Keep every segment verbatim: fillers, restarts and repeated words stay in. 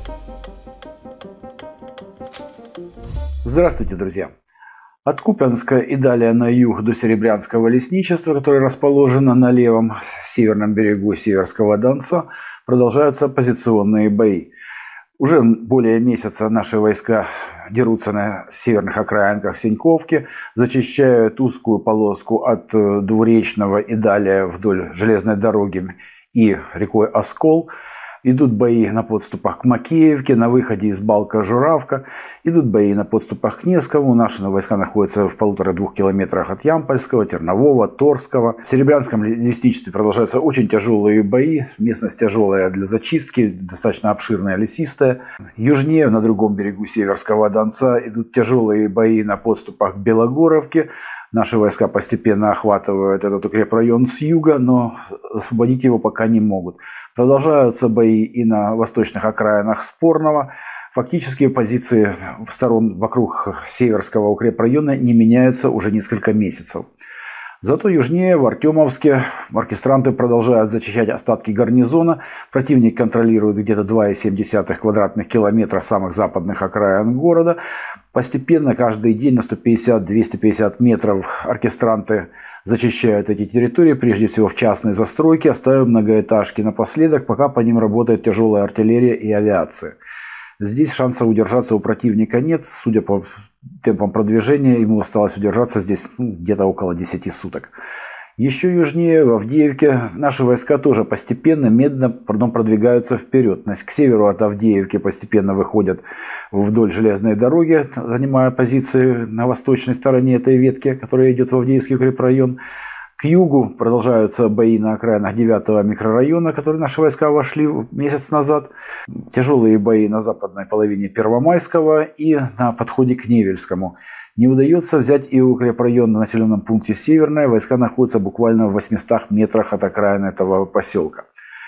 Здравствуйте, друзья! От Купянска и далее на юг до Серебрянского лесничества, которое расположено на левом северном берегу Северского Донца, продолжаются позиционные бои. Уже более месяца наши войска дерутся на северных окраинках Синьковки, зачищают узкую полоску от Двуречного и далее вдоль железной дороги и рекой Оскол. Идут бои на подступах к Макеевке, на выходе из Балка-Журавка. Идут бои на подступах к Невскому. Наши войска находятся в полутора-двух километрах от Ямпольского, Тернового, Торского. В Серебрянском лесничестве продолжаются очень тяжелые бои. Местность тяжелая для зачистки, достаточно обширная, лесистая. Южнее, на другом берегу Северского Донца, идут тяжелые бои на подступах к Белогоровке. Наши войска постепенно охватывают этот укрепрайон с юга, но освободить его пока не могут. Продолжаются бои и на восточных окраинах Спорного. Фактически позиции сторон вокруг Северского укрепрайона не меняются уже несколько месяцев. Зато южнее, в Артемовске, оркестранты продолжают зачищать остатки гарнизона. Противник контролирует где-то два и семь десятых квадратных километра самых западных окраин города. Постепенно, каждый день на сто пятьдесят — двести пятьдесят метров оркестранты зачищают эти территории, прежде всего в частной застройке, оставив многоэтажки напоследок, пока по ним работает тяжелая артиллерия и авиация. Здесь шансов удержаться у противника нет. Судя по темпам продвижения, ему осталось удержаться здесь ну, где-то около десяти суток. Еще южнее, в Авдеевке, наши войска тоже постепенно, медленно продвигаются вперед. К северу от Авдеевки постепенно выходят вдоль железной дороги, занимая позиции на восточной стороне этой ветки, которая идет в Авдеевский укрепрайон. К югу продолжаются бои на окраинах девятого микрорайона, в который наши войска вошли месяц назад. Тяжелые бои на западной половине Первомайского и на подходе к Невельскому. Не удается взять и укрепрайон на населенном пункте Северное. Войска находятся буквально в восьмистах метрах от окраины этого поселка.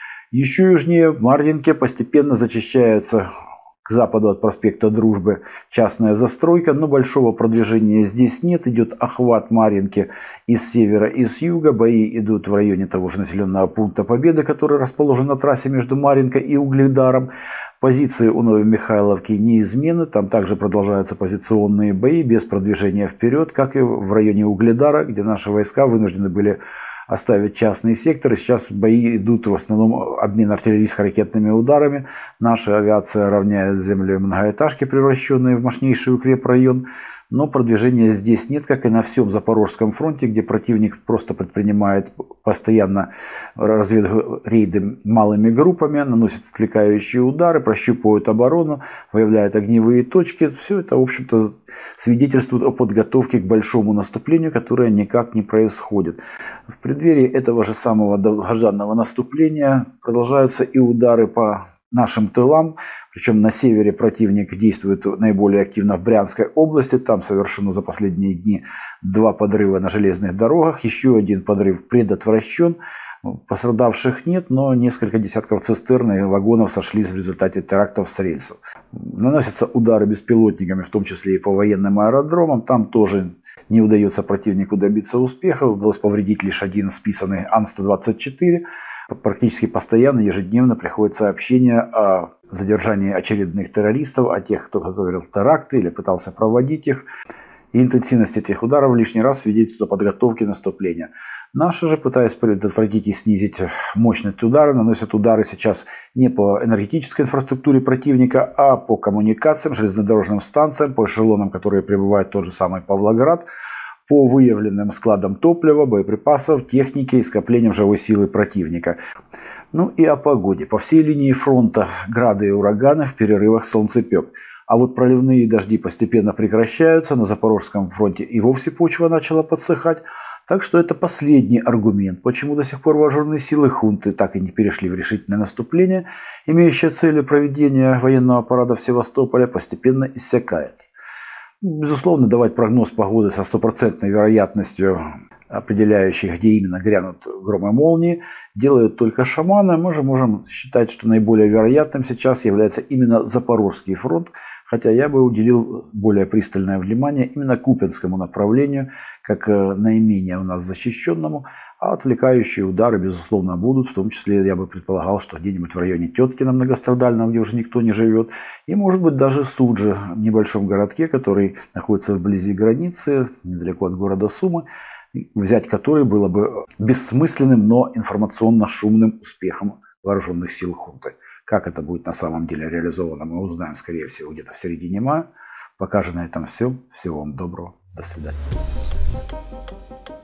Еще южнее, в Марьинке, постепенно зачищается к западу от проспекта Дружбы частная застройка, но большого продвижения здесь нет. Идет охват Марьинки и с севера, и с юга. Бои идут в районе того же населенного пункта Победы, который расположен на трассе между Марьинкой и Угледаром. Позиции у Новой Михайловки неизменны. Там также продолжаются позиционные бои без продвижения вперед, как и в районе Угледара, где наши войска вынуждены были оставить частные секторы. Сейчас бои идут в основном обмен артиллерийско-ракетными ударами. Наша авиация равняет землю многоэтажки, превращенные в мощнейший укрепрайон. Но продвижения здесь нет, как и на всем Запорожском фронте, где противник просто предпринимает постоянно разведрейды малыми группами, наносит отвлекающие удары, прощупывают оборону, выявляют огневые точки. Все это, в общем-то, свидетельствует о подготовке к большому наступлению, которое никак не происходит. В преддверии этого же самого долгожданного наступления продолжаются и удары по нашим тылам. Причем на севере противник действует наиболее активно в Брянской области. Там совершено за последние дни два подрыва на железных дорогах. Еще один подрыв предотвращен. Пострадавших нет, но несколько десятков цистерн и вагонов сошлись в результате терактов с рельсов. Наносятся удары беспилотниками, в том числе и по военным аэродромам. Там тоже не удается противнику добиться успеха. Удалось повредить лишь один списанный Ан сто двадцать четыре. Практически постоянно, ежедневно приходят сообщения о задержании очередных террористов, о тех, кто готовил теракты или пытался проводить их. И интенсивность этих ударов лишний раз свидетельствует о подготовке наступления. Наши же, пытаясь предотвратить и снизить мощность удара, наносят удары сейчас не по энергетической инфраструктуре противника, а по коммуникациям, железнодорожным станциям, по эшелонам, которые прибывают в тот же самый Павлоград, по выявленным складам топлива, боеприпасов, техники и скоплениям живой силы противника. Ну и о погоде. По всей линии фронта грады и ураганы, в перерывах солнцепек. А вот проливные дожди постепенно прекращаются. На Запорожском фронте и вовсе почва начала подсыхать. Так что это последний аргумент, почему до сих пор вооруженные силы хунты так и не перешли в решительное наступление, имеющее целью проведения военного парада в Севастополе, постепенно иссякает. Безусловно, давать прогноз погоды со стопроцентной вероятностью, определяющей, где именно грянут громы и молнии, делают только шаманы. Мы же можем считать, что наиболее вероятным сейчас является именно Запорожский фронт, хотя я бы уделил более пристальное внимание именно Купянскому направлению, как наименее у нас защищенному. А отвлекающие удары, безусловно, будут. В том числе я бы предполагал, что где-нибудь в районе Теткина многострадального, где уже никто не живет. И, может быть, даже Суджа, в небольшом городке, который находится вблизи границы, недалеко от города Сумы, взять который было бы бессмысленным, но информационно шумным успехом вооруженных сил хунты. Как это будет на самом деле реализовано, мы узнаем, скорее всего, где-то в середине мая. Пока же на этом все. Всего вам доброго. До свидания.